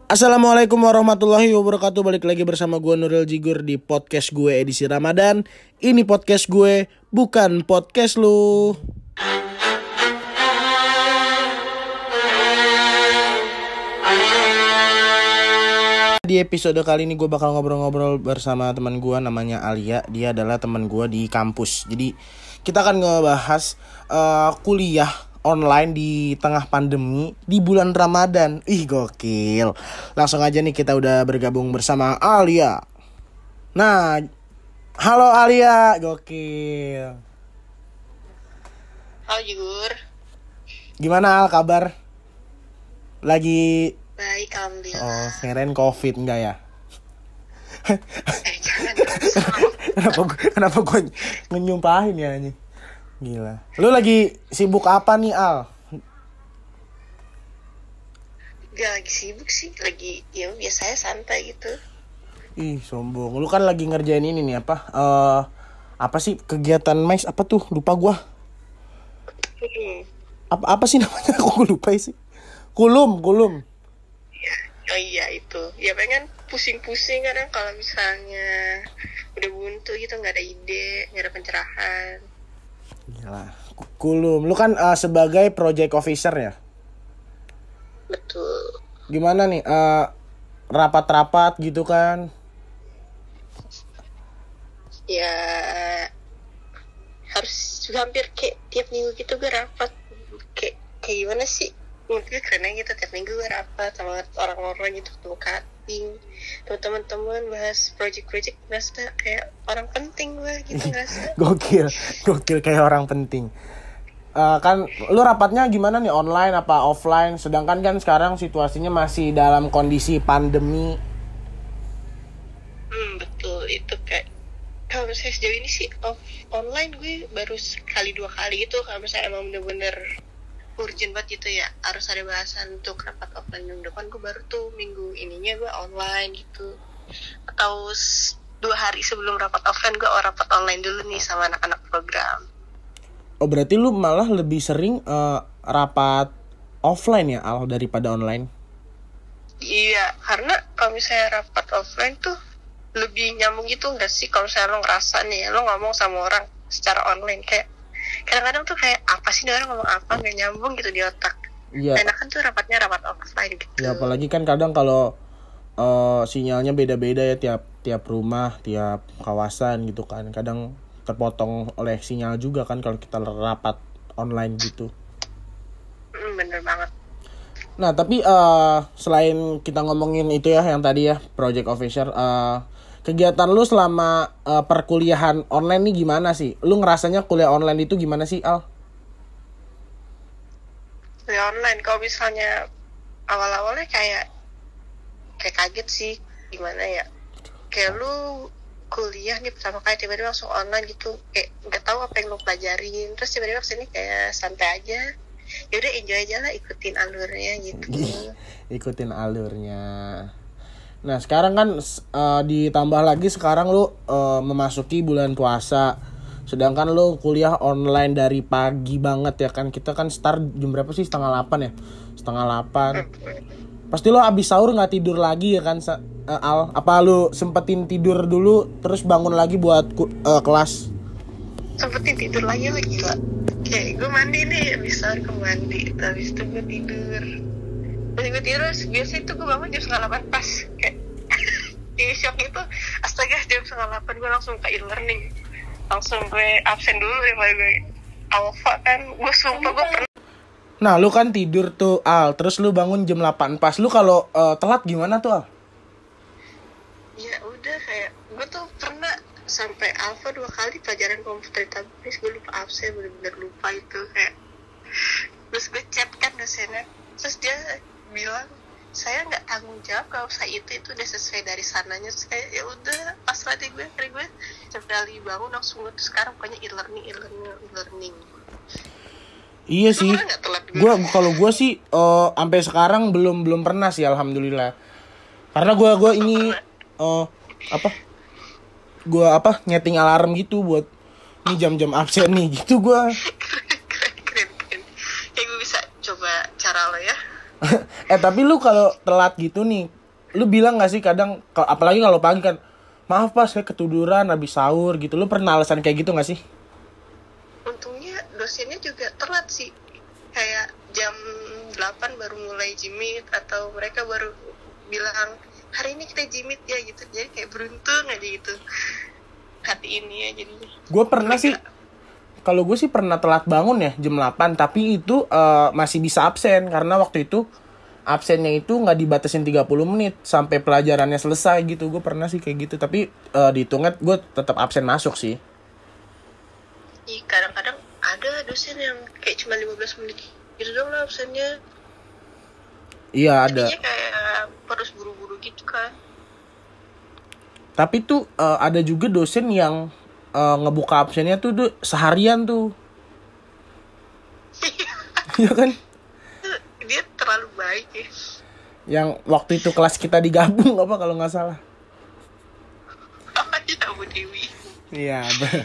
Assalamualaikum warahmatullahi wabarakatuh. Balik lagi bersama gue Nuril Jigur di podcast gue edisi Ramadan. Ini podcast gue, bukan podcast lu. Di episode kali ini gue bakal ngobrol-ngobrol bersama teman gue namanya Alia. Dia adalah teman gue di kampus. Jadi kita akan ngebahas kuliah online di tengah pandemi di bulan Ramadan. Ih, gokil. Langsung aja nih kita udah bergabung bersama Alia. Nah, halo Alia, gokil. Halo Jigur. Gimana Al kabar? Lagi Baik, alhamdulillah. keren COVID enggak ya? Jangan. Kenapa gue nyumpahin ya ini? Gila. Lu lagi sibuk apa nih, Al? Gak lagi sibuk sih, lagi ya biasanya santai gitu. Ih, sombong. Lu kan lagi ngerjain ini nih apa? Apa sih kegiatan MAIS apa tuh? Lupa gua. Apa sih namanya? Aku lupa sih. Kulum. Oh iya itu. Ya pengen pusing-pusing kadang kalau misalnya udah buntu gitu, nggak ada ide, nggak ada pencerahan. Gila. Kulum. Lu kan sebagai project officer ya? Betul. Gimana nih? Rapat-rapat gitu kan? Ya harus hampir kayak tiap minggu gitu gue rapat. Kayak gimana sih? Menurut gue keren aja gitu, tiap minggu gue rapat sama orang-orang gitu, ketemu cutting, teman-teman bahas project-project, ngerasa kayak orang penting gue gitu, ngerasa. Gokil kayak orang penting. Kan lu rapatnya gimana nih, online apa offline? Sedangkan kan sekarang situasinya masih dalam kondisi pandemi. Betul, itu kayak kalau misalnya sejauh ini sih online gue baru sekali dua kali gitu. Kalau misalnya emang bener-bener urgent banget gitu ya, harus ada bahasan untuk rapat offline minggu depan, gue baru tuh minggu ininya gue online gitu. Atau 2 hari sebelum rapat offline gue rapat online dulu nih sama anak-anak program. Oh, berarti lu malah lebih sering rapat offline ya, Al, daripada online? Iya, karena kalau misalnya rapat offline tuh lebih nyambung gitu nggak sih? Kalau misalnya lo ngerasa nih, lo ngomong sama orang secara online, kayak kadang-kadang tuh kayak apa sih orang ngomong apa, nggak nyambung gitu di otak. Iya. Enakan tuh rapatnya rapat offline gitu. Ya apalagi kan kadang kalau sinyalnya beda-beda ya, tiap rumah, tiap kawasan gitu kan. Kadang terpotong oleh sinyal juga kan kalau kita rapat online gitu. Bener banget. Nah, tapi selain kita ngomongin itu ya yang tadi ya, project officer, kegiatan lu selama perkuliahan online nih gimana sih? Lu ngerasanya kuliah online itu gimana sih, Al? Kuliah online, kalau misalnya awal-awalnya kayak kaget sih, gimana ya? Kayak lu kuliah nih pertama kali tiba-tiba langsung online gitu, kayak nggak tahu apa yang lu pelajarin, terus tiba-tiba kesini kayak santai aja. Ya udah enjoy aja lah, ikutin alurnya gitu. Ikutin alurnya. Nah, sekarang kan ditambah lagi sekarang lu memasuki bulan puasa. Sedangkan lu kuliah online dari pagi banget ya kan. Kita kan start jam berapa sih? 7:30 ya? 7:30. Pasti lu abis sahur gak tidur lagi ya kan, Al? Apa lu sempetin tidur dulu terus bangun lagi buat kelas? Sempetin tidur lagi lah, gila. Kayak gue mandi nih, abis sahur ke mandi, habis itu gue tidur. Terus gue tidur, biasanya itu gue bangun jam 7:30 pas. Kayak di shock itu, astaga jam 7:30 gue langsung ke e-learning. Langsung gue absen dulu ya, gue alpha kan. Gue sumpah gue pernah. Nah, lu kan tidur tuh, Al. Terus lu bangun jam 8 pas. Lu kalau telat gimana tuh, Al? Ya udah, kayak gue tuh pernah sampai alpha 2 kali pelajaran komputer, tapi gue lupa absen, bener-bener lupa itu kayak. Terus gue chat kan dosennya, terus dia bilang saya nggak tanggung jawab kalau saya itu udah sesuai dari sananya. Terus kayak ya udah pasrah deh gue, akhirnya gue jam kali bangun langsung gue tuh sekarang pokoknya e-learning. Iya sih. Gue sih sampai sekarang belum pernah sih, alhamdulillah. Karena gue ini nyeting alarm gitu buat ini jam-jam absen nih gitu gue. Keren. Kayak gue bisa coba cara lo ya. Tapi lu kalau telat gitu nih, lu bilang nggak sih kadang apalagi kalau pagi kan, maaf Pak saya ketiduran habis sahur gitu, lu pernah alasan kayak gitu nggak sih? Untungnya dosennya juga telat sih, kayak jam 8 baru mulai jimit, atau mereka baru bilang hari ini kita jimit ya gitu. Jadi kayak beruntung aja gitu hati ini ya jadinya. Gue pernah sih, kalau gue sih pernah telat bangun ya jam 8, tapi itu masih bisa absen karena waktu itu absennya itu nggak dibatasin 30 menit sampai pelajarannya selesai gitu. Gue pernah sih kayak gitu, tapi dihitungnya gue tetap absen masuk sih. Kadang-kadang ada dosen yang kayak cuma 15 menit gitu dong lah absennya. Iya ada. Jadinya kayak harus buru-buru gitu kan. Tapi tuh ada juga dosen yang ngebuka absennya tuh seharian tuh. Iya kan? Dia terlalu baik ya. Yang waktu itu kelas kita digabung apa kalau nggak salah. Ya Bu Dewi. Iya.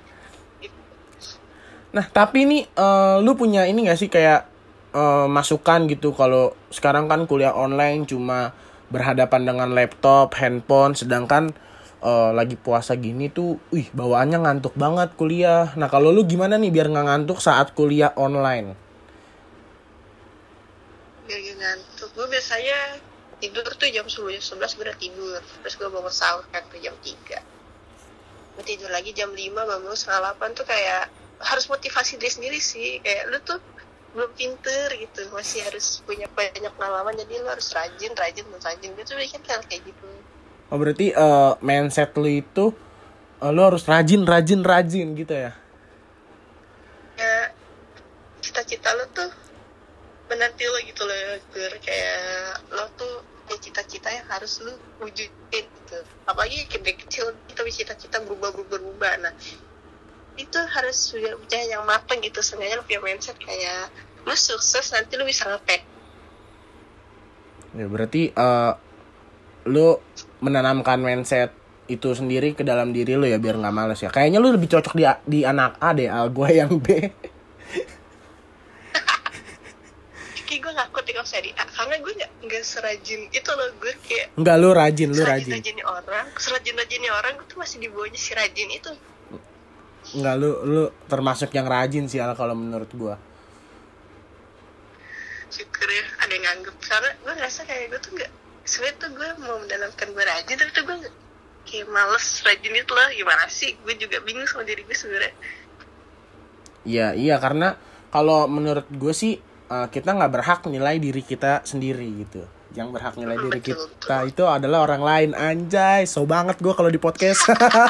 Nah tapi nih lu punya ini nggak sih kayak masukan gitu, kalau sekarang kan kuliah online cuma berhadapan dengan laptop, handphone, sedangkan lagi puasa gini tuh, bawaannya ngantuk banget kuliah. Nah kalau lu gimana nih biar nggak ngantuk saat kuliah online? Biar gak ngantuk, gue biasanya tidur tuh jam 10, jam 11 gue udah tidur. Terus gue bangun sahur kan tuh jam 3. Gue tidur lagi jam 5, bangun setengah 8 tuh kayak harus motivasi diri sendiri sih. Kayak lu tuh belum pinter gitu, masih harus punya banyak pengalaman, jadi lu harus rajin gue tuh bikin kayak gitu. Oh berarti mindset lu itu lu harus rajin gitu ya? Ya cita-cita lu tuh menanti lo gitu loh, kayak lo tuh punya cita-cita yang harus lu wujudin gitu. Apalagi kayak kecil kita punya cita-cita berubah. Nah itu harus sudah punya yang matang gitu, seenggaknya lo punya mindset kayak lu sukses nanti lu bisa ngapain. Ya berarti lu menanamkan mindset itu sendiri ke dalam diri lu ya biar nggak malas ya. Kayaknya lu lebih cocok di anak A deh, gue yang B. Kayak gue ngakut nih kalau saya di A, karena gue nggak serajin itu loh. Gue kayak Enggak, lu rajin. Serajin orang gue tuh masih di bawahnya si rajin itu. Enggak, lu termasuk yang rajin sih kalau menurut gue. Syukur ya ada yang nganggep, karena gue ngerasa kayak gue tuh nggak, sebenarnya tuh gue mau mendalamkan gue rajin, tapi tuh gue kayak males rajin itu loh. Gimana sih, gue juga bingung sama diri gue sebenarnya. Iya karena kalau menurut gue sih kita nggak berhak nilai diri kita sendiri gitu. Yang berhak nilai diri kita itu adalah orang lain. Anjay, so banget gue kalau di podcast.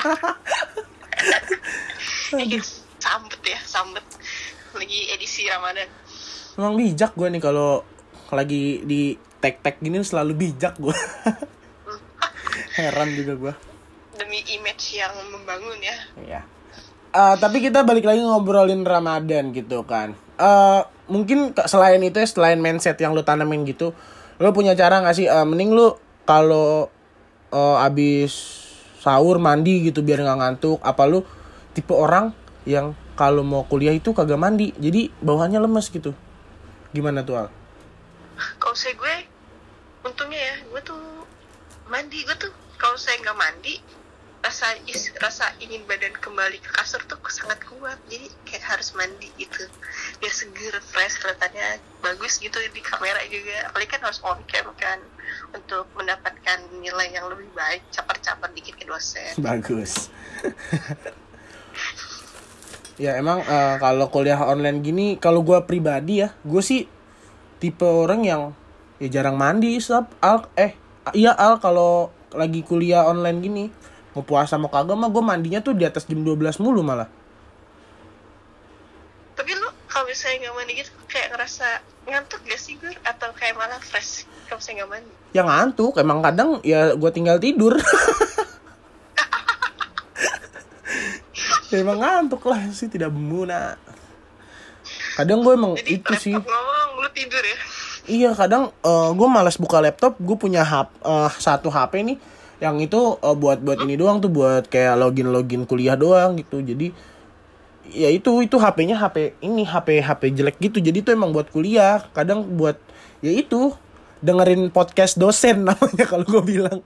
Sambet lagi edisi Ramadan. Emang bijak gue nih kalau lagi di tag gini, selalu bijak gue. Heran juga gue. Demi image yang membangun ya. Iya. Tapi kita balik lagi ngobrolin Ramadan gitu kan. Mungkin selain itu ya, selain mindset yang lu tanamin gitu, lu punya cara nggak sih? Mending lu kalau abis sahur mandi gitu biar nggak ngantuk. Apa lu tipe orang yang kalau mau kuliah itu kagak mandi, jadi bawahannya lemes gitu? Gimana tuh Al? Kalau saya gue, untungnya ya, gue tuh mandi. Gue tuh kalau saya nggak mandi, rasa ingin badan kembali ke kasur tuh sangat kuat. Jadi kayak harus mandi gitu biar seger, fresh, kelihatannya bagus gitu di kamera juga. Apalagi kan harus on cam kan, untuk mendapatkan nilai yang lebih baik, capar-capar dikit ke dosen. Bagus. Ya emang kalau kuliah online gini, kalau gue pribadi ya, gue sih tipe orang yang ya jarang mandi. Al kalau lagi kuliah online gini, mau puasa mau kagak mah gue mandinya tuh di atas jam 12 mulu malah. Tapi lu kalau misalnya nggak mandi gitu kayak ngerasa ngantuk gak sih gue, atau kayak malah fresh kalau misalnya nggak mandi? Ya ngantuk, emang kadang ya gue tinggal tidur. Ya emang ngantuk lah sih, tidak berguna. Kadang gue emang jadi itu sih. Ngomong lu tidur ya? Iya kadang gue malas buka laptop. Gue punya satu HP nih, yang itu buat ini doang tuh, buat kayak login kuliah doang gitu. Jadi ya itu HP-nya HP jelek gitu. Jadi itu emang buat kuliah. Kadang buat ya itu dengerin podcast dosen namanya kalau gue bilang.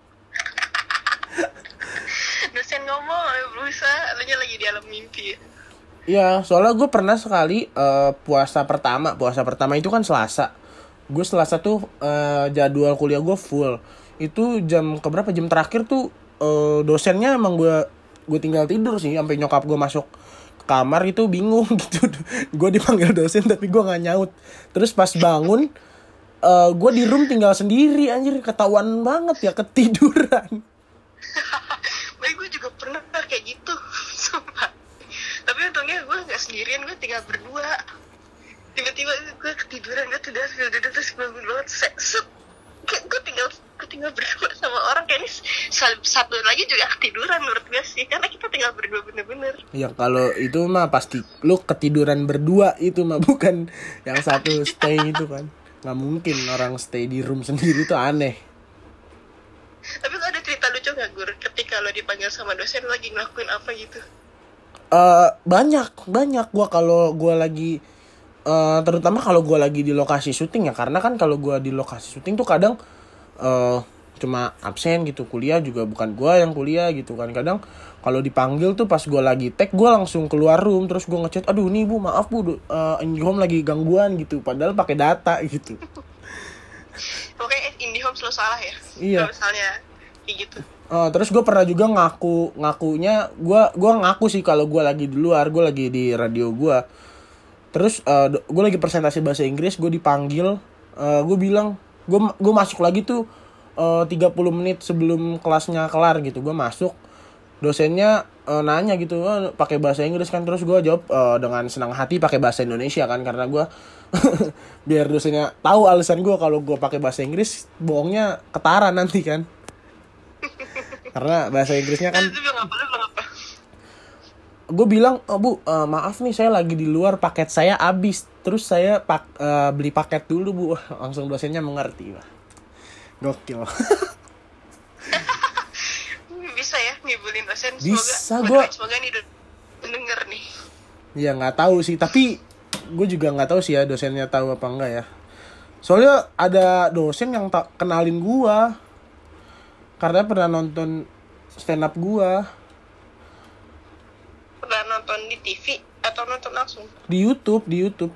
Dosen ngomong, berusaha, lu lagi di alam mimpi ya. Iya, soalnya gue pernah sekali puasa pertama itu kan Selasa. Gue Selasa tuh jadwal kuliah gue full. Itu jam keberapa, jam terakhir tuh dosennya emang gue tinggal tidur sih sampai nyokap gue masuk kamar itu bingung gitu. Gue dipanggil dosen tapi gue nggak nyaut. Terus pas bangun gue di room tinggal sendiri, anjir, ketahuan banget ya ketiduran. Baik, gue juga pernah kayak gitu. Sumpah. Tapi untungnya gue nggak sendirian, gue tinggal berdua. Tiba-tiba gue ketiduran, gue terus bangun banget, set. Kayak gue tinggal berdua sama orang, kayaknya satu lagi juga ketiduran menurut gue sih, karena kita tinggal berdua bener-bener. Ya kalau itu mah pasti lu ketiduran berdua, itu mah bukan yang satu stay itu kan. Nggak mungkin orang stay di room sendiri, tuh aneh. Tapi lo ada cerita lucu gak, Gur, ketika lo dipanggil sama dosen, lo lagi ngelakuin apa gitu? Banyak gue lagi terutama kalau gue lagi di lokasi syuting ya, karena kan kalau gue di lokasi syuting tuh kadang cuma absen gitu, kuliah juga bukan gue yang kuliah gitu kan. Kadang kalau dipanggil tuh pas gue lagi tag, gue langsung keluar room, terus gue ngechat, aduh nih bu, maaf bu, IndiHome lagi gangguan gitu, padahal pakai data gitu. Oke, IndiHome selalu salah ya. Iya. Kalau misalnya kayak gitu. Terus gue pernah juga ngakunya gue ngaku sih kalau gue lagi di luar, gue lagi di radio gue. Terus gue lagi presentasi bahasa Inggris, gue dipanggil, gue bilang gue masuk lagi tuh 30 menit sebelum kelasnya kelar gitu. Gue masuk, dosennya nanya gitu, pakai bahasa Inggris kan, terus gue jawab dengan senang hati pakai bahasa Indonesia kan, karena gue biar dosennya tahu alasan gue kalau gue pakai bahasa Inggris, bohongnya ketara nanti kan. Karena bahasa Inggrisnya kan. Gue bilang, bu, maaf nih saya lagi di luar, paket saya habis, terus saya beli paket dulu bu. Langsung dosennya mengerti, Wah. Gokil. Bisa ya ngibulin dosen. Bisa, semoga nih denger nih. Ya nggak tahu sih, tapi gue juga nggak tahu sih ya dosennya tahu apa enggak ya. Soalnya ada dosen yang kenalin gue karena pernah nonton stand up gue. Pernah nonton di TV atau nonton langsung? Di YouTube.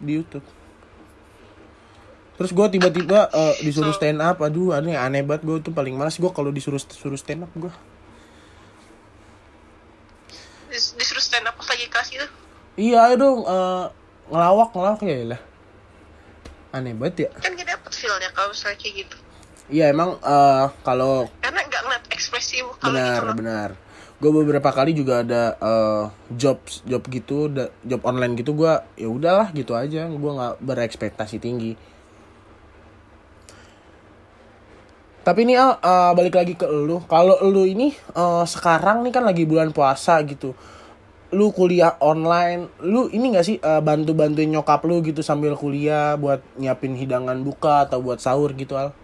Terus gue tiba-tiba disuruh stand up. Aduh, aneh banget, gue tuh paling malas gue kalau disuruh stand up gue. Disuruh stand up pas lagi kelas itu? Iya dong, ngelawak ya lah. Aneh banget ya. Kan gak dapet feel-nya kalau misalnya kayak gitu. Iya emang kalau karena nggak ngeliat ekspresi kalau gitu. Benar. Gue beberapa kali juga ada job gitu, job online gitu, gue ya udahlah gitu aja, gue nggak berekspektasi tinggi. Tapi ini balik lagi ke elu. Kalau elu ini sekarang nih kan lagi bulan puasa gitu, lu kuliah online, lu ini nggak sih bantuin nyokap lu gitu sambil kuliah buat nyiapin hidangan buka atau buat sahur gitu, Al?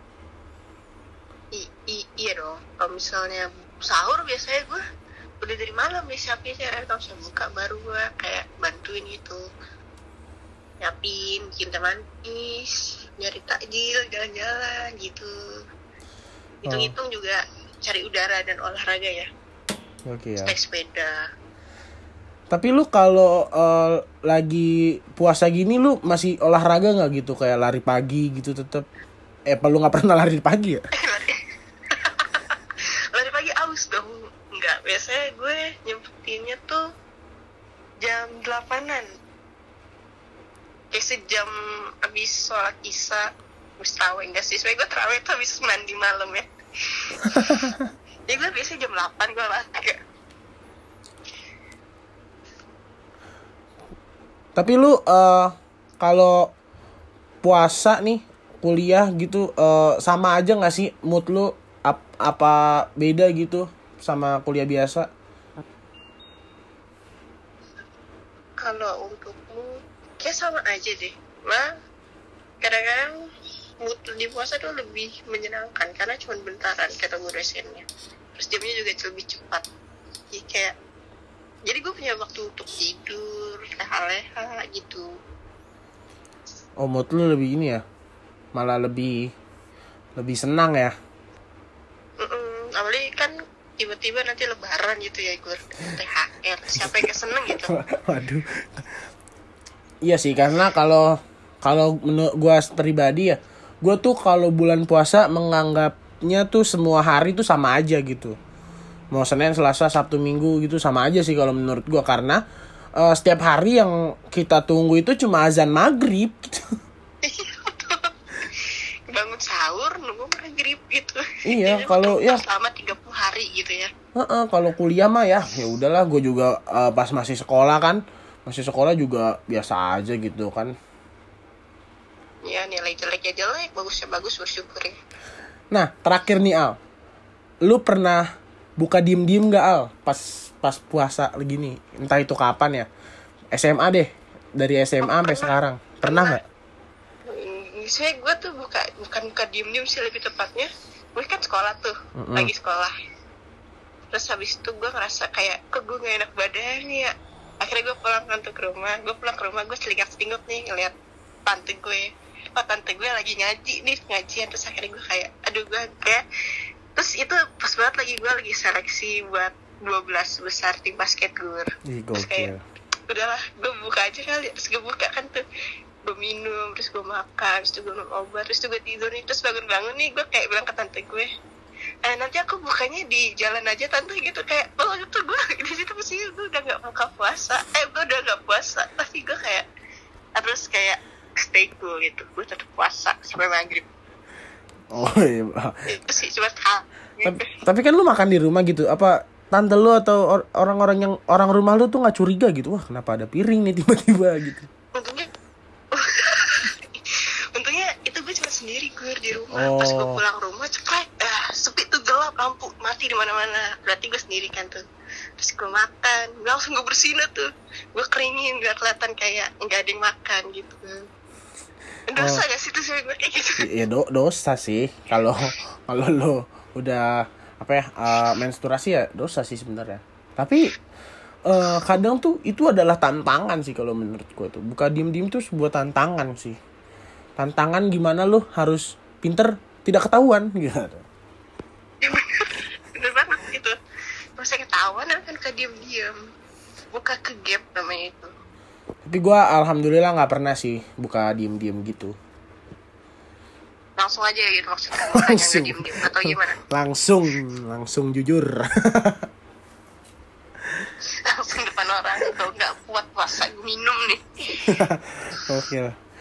Iya dong. Kalau misalnya sahur biasanya gue udah dari malam ya siapin sih, kalau saya buka baru gue kayak bantuin gitu, nyiapin, bikin teh manis, nyari takjil, jalan-jalan gitu. Hitung-hitung juga cari udara dan olahraga ya. Oke ya. Sepeda. Tapi lu kalau lagi puasa gini lu masih olahraga nggak gitu, kayak lari pagi gitu tetap? Lu nggak pernah lari pagi ya? Lari pagi aus dong. Enggak, biasanya gue nyempetinnya tuh jam 8-an. Kayak sejam abis sholat isya, abis terawih. Enggak sih, sebenernya gue terawih tuh abis mandi malam ya. Jadi gue biasanya jam 8 gue olahraga. Tapi lu kalau puasa nih, kuliah gitu, sama aja nggak sih mood lu? Apa beda gitu sama kuliah biasa? Kalau untuk mood, kayak sama aja deh. Nah, kadang-kadang mood di puasa tuh lebih menyenangkan karena cuma bentaran kata gue dosennya. Terus jamnya juga lebih cepat. Jadi gue punya waktu untuk tidur, leha-leha gitu. Oh, mood lu lebih ini ya? Malah lebih Lebih senang ya. Apalagi kan tiba-tiba nanti lebaran gitu ya, gue THR, siapa yang keseneng gitu. Waduh. Iya sih, karena kalau menurut gue pribadi ya, gue tuh kalau bulan puasa menganggapnya tuh semua hari tuh sama aja gitu. Mau Senin, Selasa, Sabtu, Minggu gitu sama aja sih kalau menurut gue, karena setiap hari yang kita tunggu itu cuma azan maghrib gitu. Bangun sahur nunggu maghrib gitu. Iya, kalau ya selama 30 hari gitu ya. Kalau kuliah mah ya udahlah, gue juga pas masih sekolah juga biasa aja gitu kan. Ya nilai jeleknya jelek, bagusnya bagus, bersyukur ya. Nah terakhir nih Al, lu pernah buka diem gak Al pas puasa gini, entah itu kapan ya, SMA deh, dari SMA sampai sekarang pernah nggak? Saya gue tuh bukan buka diem sih, lebih tepatnya gue kan sekolah tuh, lagi sekolah. Terus habis itu gue ngerasa kayak kok gue gak enak badan ya. Akhirnya gue pulang ke rumah. Gue selingkuh nih ngeliat tante gue lagi ngajian. Terus akhirnya gue kayak aduh gue kayak. Terus itu pas banget gue lagi seleksi buat 12 besar tim basket gue. Terus kayak udahlah gue buka aja kali. Terus gue buka kan tuh, gue minum, terus gue makan, terus gue minum obat, terus gue tidur nih. Terus bangun nih gue kayak bilang ke tante gue, nanti aku bukanya di jalan aja tante gitu. Kayak itu gue di situ pasti gue udah nggak buka puasa, tapi gue kayak terus kayak stay cool gitu, gue tetap puasa sampai maghrib. Oh iya. Itu sih cuma hal gitu. Tapi kan lu makan di rumah gitu, apa tante lu atau orang rumah lu tuh nggak curiga gitu, wah kenapa ada piring nih tiba-tiba gitu? Untungnya itu gue cuma sendiri gue di rumah. Pas gue pulang rumah cepat sepi tuh, gelap, lampu mati di mana-mana. Berarti gue sendiri kan tuh. Terus gue makan, langsung gue bersihin tuh, gue keringin biar kelihatan kayak nggak ada yang makan gitu. Dosa gak sih tuh gue kayak gitu? Iya dosa sih kalau lo udah menstruasi ya dosa sih sebenarnya. Tapi kadang tuh itu adalah tantangan sih kalau menurut gue tuh. Buka diem tuh sebuah tantangan sih. Tantangan gimana lo harus pinter tidak ketahuan gitu. Bener banget gitu. Masa ketahuan kan ke diem, buka ke gap namanya itu. Tapi gue alhamdulillah nggak pernah sih buka diem gitu. Langsung aja gitu maksudnya, langsung diem atau gimana? Langsung jujur. Langsung depan orang, kalau nggak kuat puasa minum nih. Oke.